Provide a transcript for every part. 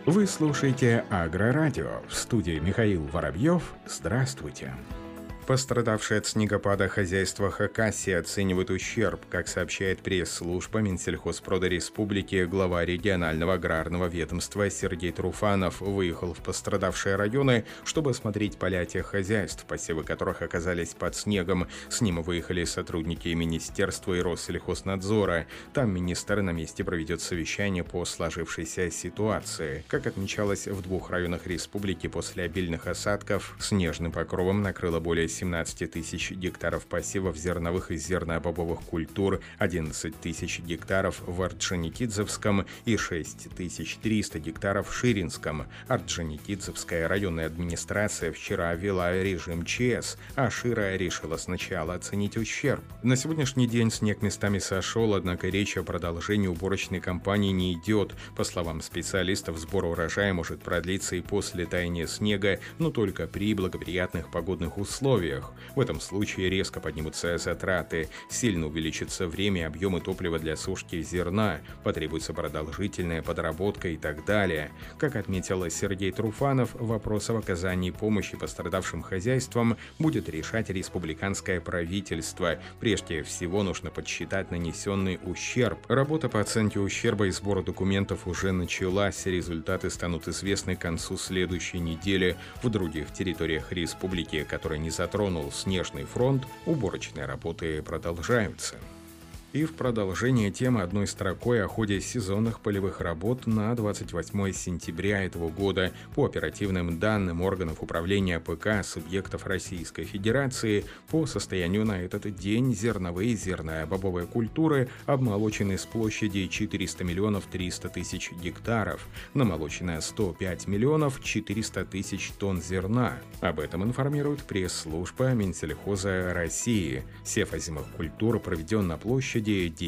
Вы слушаете Агрорадио. В студии Михаил Воробьев. Здравствуйте. Пострадавшие от снегопада хозяйства Хакасии оценивают ущерб. Как сообщает пресс-служба Минсельхозпрода Республики, глава регионального аграрного ведомства Сергей Труфанов выехал в пострадавшие районы, чтобы осмотреть поля тех хозяйств, посевы которых оказались под снегом. С ним выехали сотрудники Министерства и Россельхознадзора. Там министр на месте проведет совещание по сложившейся ситуации. Как отмечалось, в 2 районах республики после обильных осадков снежным покровом накрыло более 17 тысяч гектаров посевов зерновых и зернобобовых культур, 11 тысяч гектаров в Орджоникидзевском и 6300 гектаров в Ширинском. Орджоникидзевская районная администрация вчера ввела режим ЧС, а Шира решила сначала оценить ущерб. На сегодняшний день снег местами сошел, однако речь о продолжении уборочной кампании не идет. По словам специалистов, сбор урожая может продлиться и после таяния снега, но только при благоприятных погодных условиях. В этом случае резко поднимутся затраты, сильно увеличится время и объемы топлива для сушки зерна, потребуется продолжительная подработка и так далее. Как отметил Сергей Труфанов, вопрос об оказании помощи пострадавшим хозяйствам будет решать республиканское правительство. Прежде всего нужно подсчитать нанесенный ущерб. Работа по оценке ущерба и сбору документов уже началась, результаты станут известны к концу следующей недели. В других территориях республики, которые не затронул снежный фронт, уборочные работы продолжаются. И в продолжение темы одной строкой о ходе сезонных полевых работ на 28 сентября этого года. По оперативным данным органов управления ПК субъектов Российской Федерации, по состоянию на этот день зерновые и зернобобовые культуры обмолочены с площади 400 миллионов 300 тысяч гектаров, намолочено 105 миллионов 400 тысяч тонн зерна. Об этом информирует пресс-служба Минсельхоза России. Сев озимых культур проведен на площади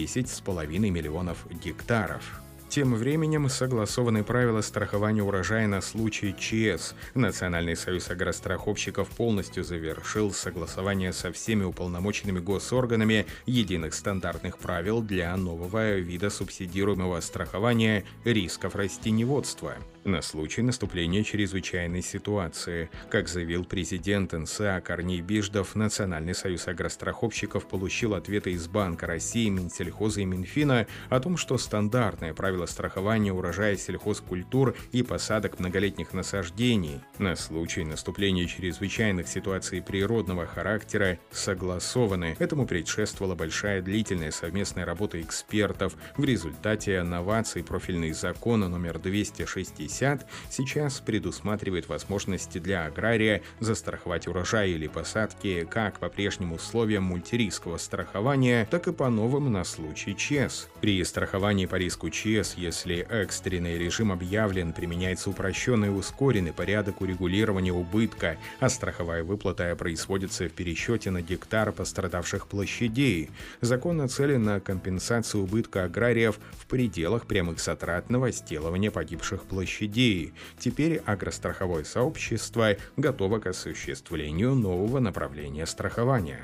10,5 миллионов гектаров. Тем временем согласованы правила страхования урожая на случай ЧС. Национальный союз агростраховщиков полностью завершил согласование со всеми уполномоченными госорганами единых стандартных правил для нового вида субсидируемого страхования рисков растениеводства на случай наступления чрезвычайной ситуации. Как заявил президент НСА Корней Биждов, Национальный союз агростраховщиков получил ответы из Банка России, Минсельхоза и Минфина о том, что стандартное правило страхования урожая сельхозкультур и посадок многолетних насаждений на случай наступления чрезвычайных ситуаций природного характера согласованы. Этому предшествовала большая длительная совместная работа экспертов. В результате новаций профильный закон номер 260 сейчас предусматривает возможности для агрария застраховать урожай или посадки как по прежним условиям мультирискового страхования, так и по новым на случай ЧС. При страховании по риску ЧС, если экстренный режим объявлен, применяется упрощенный и ускоренный порядок урегулирования убытка, а страховая выплата производится в пересчете на гектар пострадавших площадей. Закон нацелен на компенсацию убытка аграриев в пределах прямых затрат на возделывание погибших площадей. Теперь агростраховое сообщество готово к осуществлению нового направления страхования.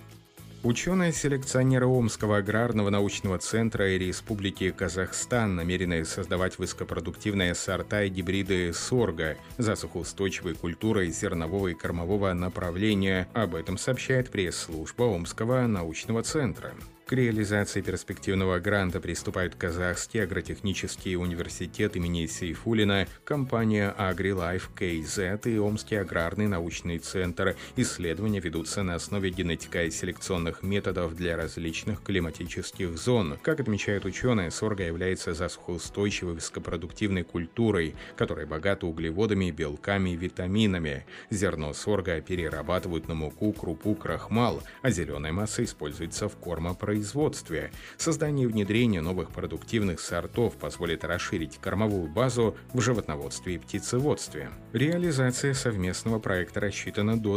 Ученые-селекционеры Омского аграрного научного центра и Республики Казахстан намерены создавать высокопродуктивные сорта и гибриды сорга, засухоустойчивой культуры зернового и кормового направления. Об этом сообщает пресс-служба Омского научного центра. К реализации перспективного гранта приступают Казахский агротехнический университет имени Сейфуллина, компания AgriLife KZ и Омский аграрный научный центр. Исследования ведутся на основе генетико-селекционных методов для различных климатических зон. Как отмечают ученые, сорго является засухоустойчивой высокопродуктивной культурой, которая богата углеводами, белками и витаминами. Зерно сорга перерабатывают на муку, крупу, крахмал, а зеленая масса используется в кормопроизводстве. Создание и внедрение новых продуктивных сортов позволит расширить кормовую базу в животноводстве и птицеводстве. Реализация совместного проекта рассчитана до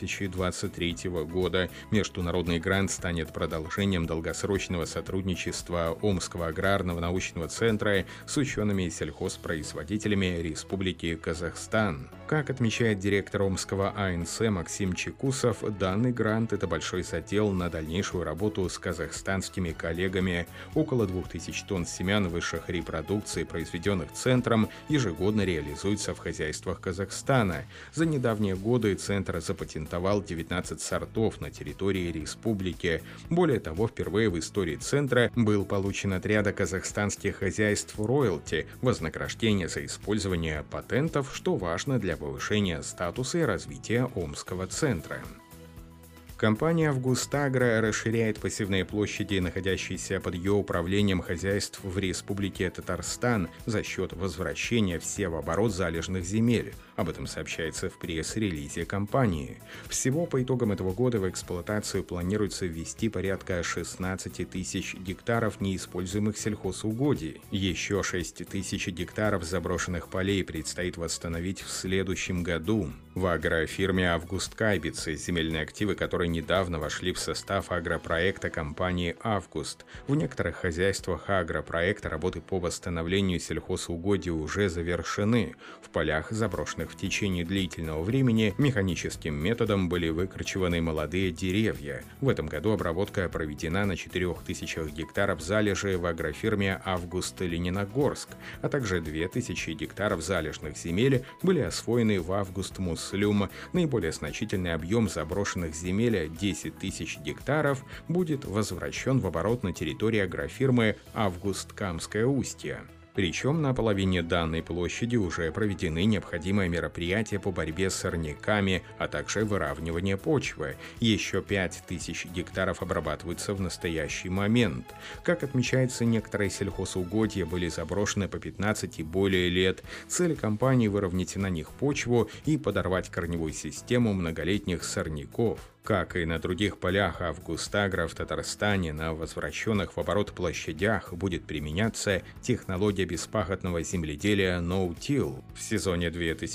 2023 года. Международный грант станет продолжением долгосрочного сотрудничества Омского аграрного научного центра с учеными и сельхозпроизводителями Республики Казахстан. Как отмечает директор Омского АНС Максим Чекусов, данный грант – это большой задел на дальнейшую работу с казахстанскими казахстанскими коллегами. Около 2000 тонн семян высших репродукций, произведенных центром, ежегодно реализуется в хозяйствах Казахстана. За недавние годы центр запатентовал 19 сортов на территории республики. Более того, впервые в истории центра был получен от ряда казахстанских хозяйств роялти, вознаграждение за использование патентов, что важно для повышения статуса и развития Омского центра. Компания «Августагро» расширяет посевные площади, находящиеся под ее управлением хозяйств в Республике Татарстан за счет возвращения в севооборот залежных земель. Об этом сообщается в пресс-релизе компании. Всего по итогам этого года в эксплуатацию планируется ввести порядка 16 тысяч гектаров неиспользуемых сельхозугодий. Еще 6 тысяч гектаров заброшенных полей предстоит восстановить в следующем году. В агрофирме «Август Кайбицы» земельные активы, которые недавно вошли в состав агропроекта компании «Август». В некоторых хозяйствах агропроекта работы по восстановлению сельхозугодий уже завершены. В полях, заброшенных в течение длительного времени, механическим методом были выкорчеваны молодые деревья. В этом году обработка проведена на 4000 гектаров залежи в агрофирме «Август Лениногорск», а также 2000 гектаров залежных земель были освоены в «Август Муслюм». Наиболее значительный объем заброшенных земель, 10 тысяч гектаров, будет возвращен в оборот на территории агрофирмы «Август Камское устье». Причем на половине данной площади уже проведены необходимые мероприятия по борьбе с сорняками, а также выравнивание почвы. Еще 5000 гектаров обрабатываются в настоящий момент. Как отмечается, некоторые сельхозугодья были заброшены по 15 и более лет. Цель компании — выровнять на них почву и подорвать корневую систему многолетних сорняков. Как и на других полях «Августагро» в Татарстане, на возвращенных в оборот площадях будет применяться технология беспахотного земледелия No-Till. В сезоне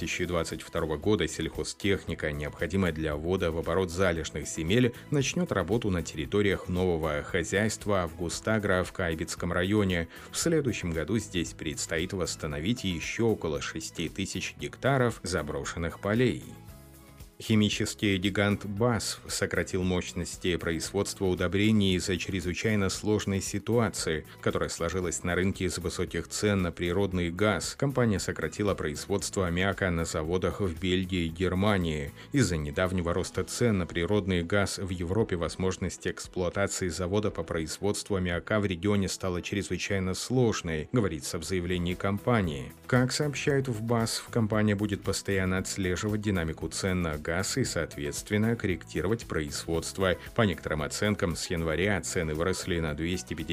2022 года сельхозтехника, необходимая для ввода в оборот залежных земель, начнет работу на территориях нового хозяйства «Августагро» в Кайбицком районе. В следующем году здесь предстоит восстановить еще около 6000 гектаров заброшенных полей. Химический гигант BASF сократил мощности производства удобрений из-за чрезвычайно сложной ситуации, которая сложилась на рынке из-за высоких цен на природный газ. Компания сократила производство аммиака на заводах в Бельгии и Германии. Из-за недавнего роста цен на природный газ в Европе возможность эксплуатации завода по производству аммиака в регионе стала чрезвычайно сложной, говорится в заявлении компании. Как сообщают в BASF, компания будет постоянно отслеживать динамику цен на газ и, соответственно, корректировать производство. По некоторым оценкам, с января цены выросли на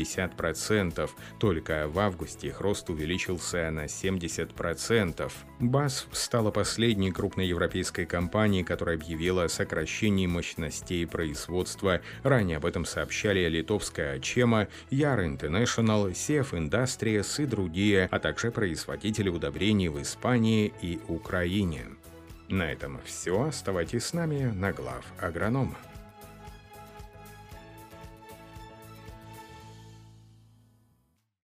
250%. Только в августе их рост увеличился на 70%. BASF стала последней крупной европейской компанией, которая объявила о сокращении мощностей производства. Ранее об этом сообщали литовская Achema, Yara International, Sef Industries и другие, а также производители удобрений в Испании и Украине. На этом все. Оставайтесь с нами на Глав Агроном.